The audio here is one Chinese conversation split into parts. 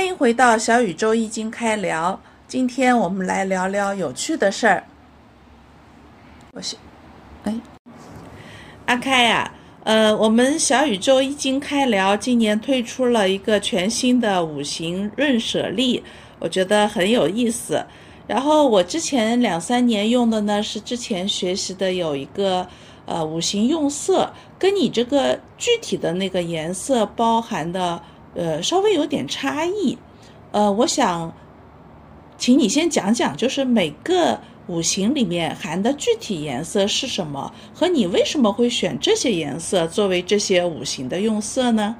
欢迎回到小宇宙易经开聊。今天我们来聊聊有趣的事儿。哎，阿开呀，我们小宇宙易经开聊今年推出了一个全新的五行润舍利，我觉得很有意思。然后我之前2、3年用的呢是之前学习的有一个五行用色，跟你这个具体的那个颜色包含的稍微有点差异。我想请你先讲讲，就是每个五行里面含的具体颜色是什么，和你为什么会选这些颜色作为这些五行的用色呢？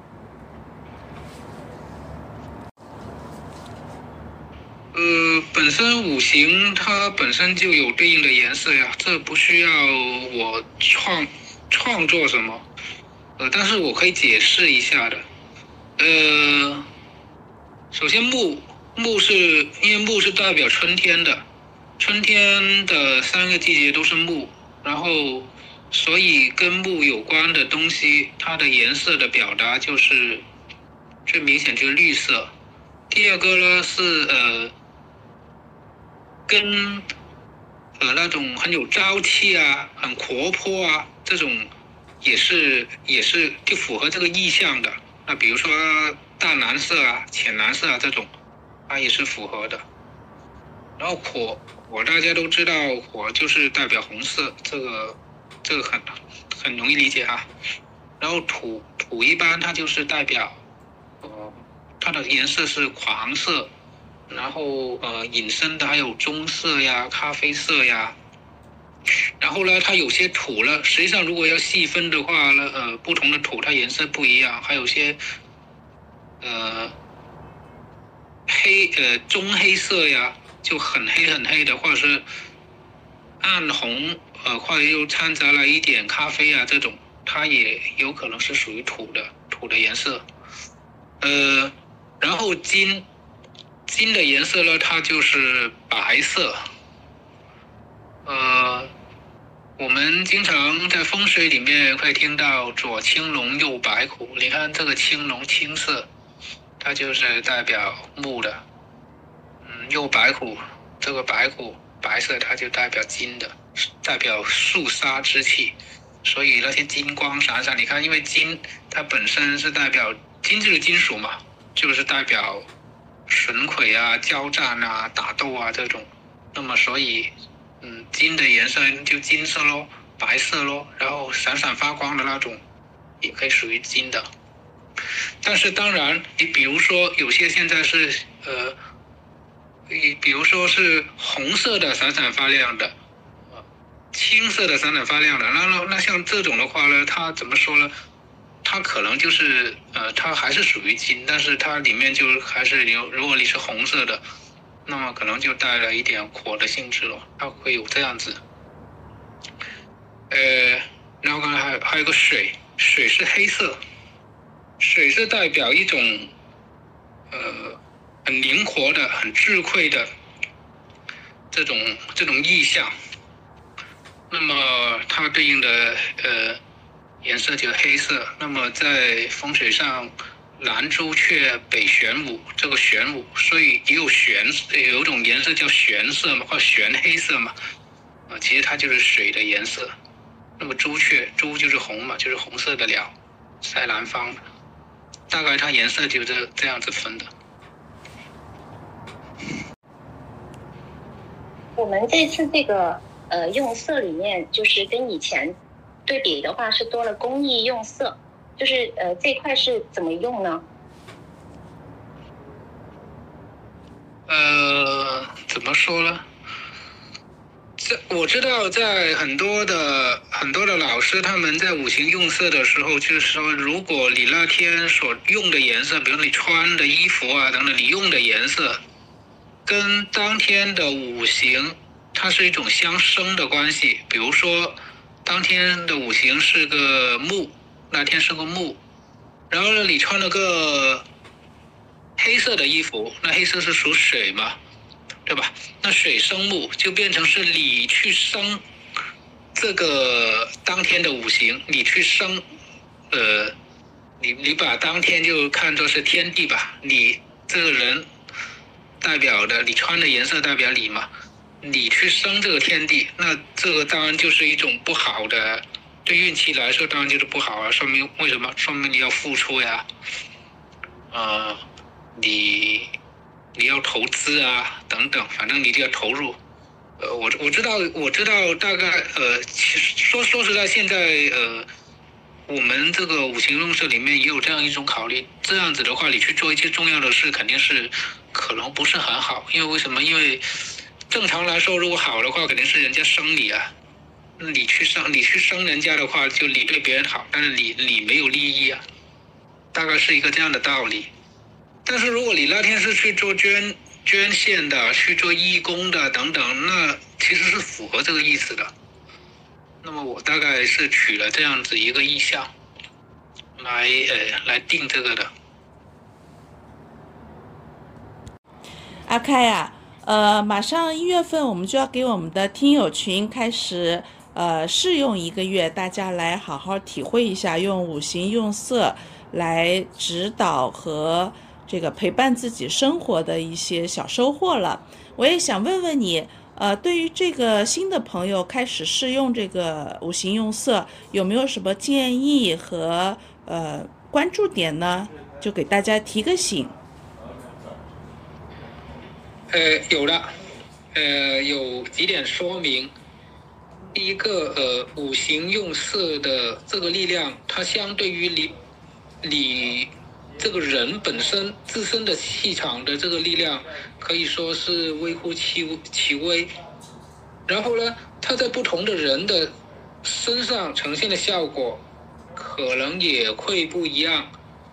本身五行它本身就有对应的颜色呀，这不需要我创作什么，但是我可以解释一下的。首先木是因为木是代表春天的，春天的3个季节都是木，然后所以跟木有关的东西，它的颜色的表达就是最明显就是绿色。第二个呢是跟那种很有朝气啊、很活泼啊，这种也是就符合这个意象的。那比如说淡蓝色啊、浅蓝色啊这种，它也是符合的。然后火大家都知道，火就是代表红色，这个很容易理解哈。然后土一般它就是代表它的颜色是黄色。然后引申的还有棕色呀、咖啡色呀。然后呢，它有些土呢，实际上如果要细分的话呢，不同的土它颜色不一样，还有些棕黑色呀，就很黑的，或者是暗红，或者又掺杂了一点咖啡啊这种，它也有可能是属于土的颜色。然后金的颜色呢，它就是白色。我们经常在风水里面会听到左青龙右白虎，你看这个青龙青色，它就是代表木的。右白虎，这个白虎白色，它就代表金的，代表肃杀之气。所以那些金光闪闪，你看，因为金它本身是代表金就是金属嘛，就是代表损毁啊、交战啊、打斗啊这种。那么所以金的颜色就金色咯，白色咯，然后闪闪发光的那种也可以属于金的。但是当然你比如说有些现在是比如说是红色的闪闪发亮的，青色的闪闪发亮的，那像这种的话呢，它怎么说呢？它可能就是它还是属于金，但是它里面就还是如果你是红色的，那么可能就带了一点火的性质了，它会有这样子。然后刚才还有个水是黑色，水是代表一种很灵活的、很智慧的这种意象。那么它对应的颜色就是黑色。那么在风水上，南朱雀北玄武，这个玄武，所以也有有一种颜色叫玄色嘛，或玄黑色嘛，其实它就是水的颜色。那么朱就是红嘛，就是红色的鸟，在南方，大概它颜色就这样子分的。 我们这次这个用色里面，就是跟以前对比的话，是多了工艺用色，就是这块是怎么用呢？ 怎么说呢？我知道在很多的老师他们在五行用色的时候，就是说，如果你那天所用的颜色，比如你穿的衣服啊等等，你用的颜色跟当天的五行它是一种相生的关系。比如说当天的五行是个木，那天是个木，然后呢你穿了个黑色的衣服，那黑色是属水嘛，对吧？那水生木，就变成是你去生这个当天的五行，你去生你把当天就看作是天地吧，你这个人代表的你穿的颜色代表你嘛，你去生这个天地，那这个当然就是一种不好的，对运气来说当然就是不好啊。说明为什么？说明你要付出呀，你要投资啊等等，反正你就要投入。我知道大概其实说实在，现在我们这个五行论社里面也有这样一种考虑，这样子的话，你去做一些重要的事，肯定是可能不是很好。因为为什么？因为正常来说，如果好的话，肯定是人家生你啊。你去生人家的话，就你对别人好，但是你没有利益啊，大概是一个这样的道理。但是如果你那天是去做捐献的，去做义工的等等，那其实是符合这个意思的。那么我大概是取了这样子一个意向来定这个的。 阿开呀，马上1月份我们就要给我们的听友群开始试用1个月，大家来好好体会一下用五行用色来指导和这个陪伴自己生活的一些小收获了。我也想问问你，对于这个新的朋友开始试用这个五行用色，有没有什么建议和关注点呢？就给大家提个醒。 有的，有几点说明。第一个，五行用色的这个力量，它相对于你这个人本身自身的气场的这个力量，可以说是微乎其微。然后呢，它在不同的人的身上呈现的效果，可能也会不一样。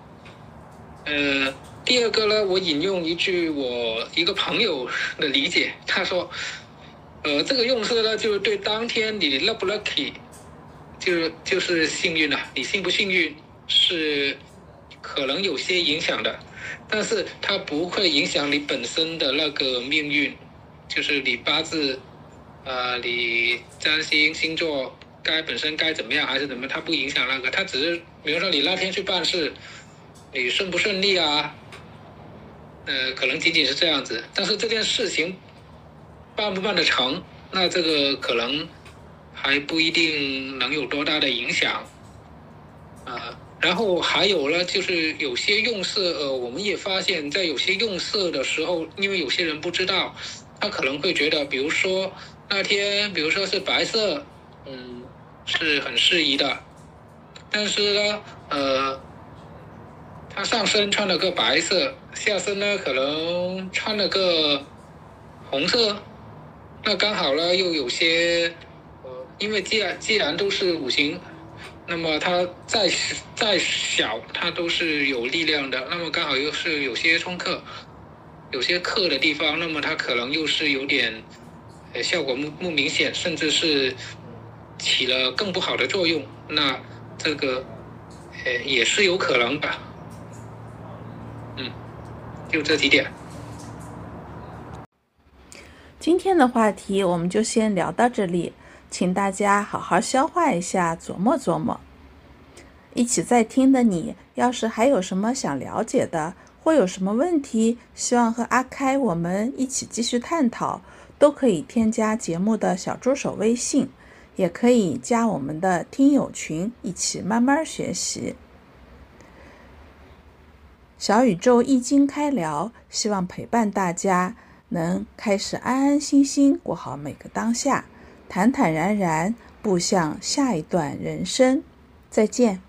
第二个呢，我引用一句我一个朋友的理解，他说，这个用色呢，就是对当天你 lucky 不 lucky， 就是幸运了，你幸不幸运是可能有些影响的，但是它不会影响你本身的那个命运，就是你八字，你占星星座本身该怎么样还是怎么，它不影响那个，它只是比如说你那天去办事，你顺不顺利啊？可能仅仅是这样子，但是这件事情办不办得成，那这个可能还不一定能有多大的影响。然后还有呢，就是有些用色，我们也发现，在有些用色的时候，因为有些人不知道，他可能会觉得，比如说那天，比如说是白色，是很适宜的，但是呢，他上身穿了个白色，下身呢可能穿了个红色，那刚好呢又有些，因为既然都是五行，那么它再小它都是有力量的，那么刚好又是有些冲克，有些克的地方，那么它可能又是有点，效果不明显，甚至是起了更不好的作用，那这个，也是有可能的。就这几点。 今天的话题我们就先聊到这里，请大家好好消化一下，琢磨琢磨。一起在听的你，要是还有什么想了解的，或有什么问题，希望和阿开我们一起继续探讨，都可以添加节目的小助手微信，也可以加我们的听友群，一起慢慢学习。小宇宙易经开聊，希望陪伴大家能开始安安心心过好每个当下，坦坦然然步向下一段人生。再见。